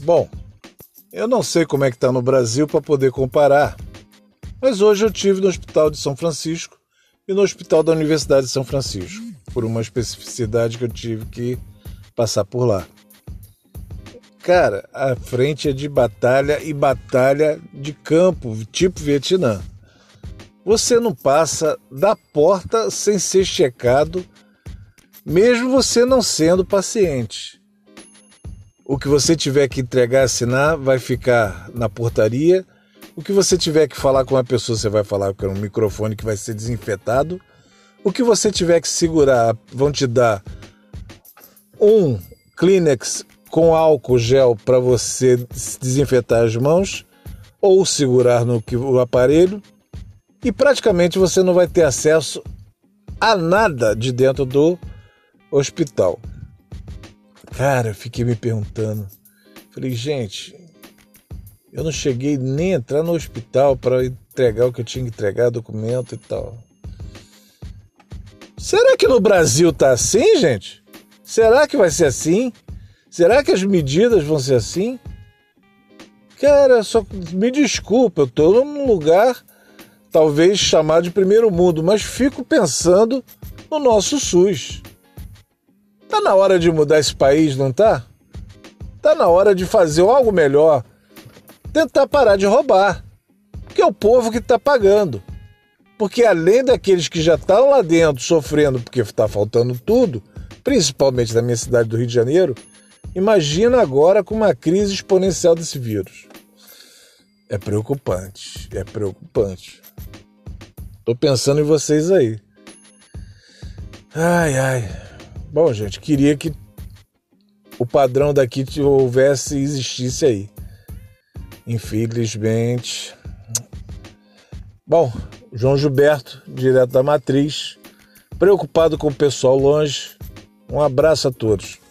Bom, eu não sei como é que está no Brasil para poder comparar, mas hoje eu estive no Hospital de São Francisco e no Hospital da Universidade de São Francisco, por uma especificidade que eu tive que passar por lá. Cara, a frente é de batalha e batalha de campo, tipo Vietnã. Você não passa da porta sem ser checado, mesmo você não sendo paciente. O que você tiver que entregar, assinar, vai ficar na portaria. O que você tiver que falar com uma pessoa, você vai falar com um microfone que vai ser desinfetado. O que você tiver que segurar, vão te dar um Kleenex com álcool gel para você desinfetar as mãos ou segurar no aparelho. E praticamente você não vai ter acesso a nada de dentro do hospital. Cara, eu fiquei me perguntando. Falei, gente, eu não cheguei nem a entrar no hospital para entregar o que eu tinha que entregar, documento e tal. Será que no Brasil tá assim, gente? Será que vai ser assim? Será que as medidas vão ser assim? Cara, só me desculpa, eu tô num lugar talvez chamado de primeiro mundo, mas fico pensando no nosso SUS. Tá na hora de mudar esse país, não tá? Tá na hora de fazer algo melhor. Tentar parar de roubar. Porque é o povo que tá pagando. Porque além daqueles que já estão lá dentro sofrendo porque está faltando tudo, principalmente na minha cidade do Rio de Janeiro, imagina agora com uma crise exponencial desse vírus. É preocupante, é preocupante. Tô pensando em vocês aí. Ai. Bom, gente, queria que o padrão daqui houvesse e existisse aí. Infelizmente. Bom, João Gilberto, direto da Matriz, preocupado com o pessoal longe. Um abraço a todos.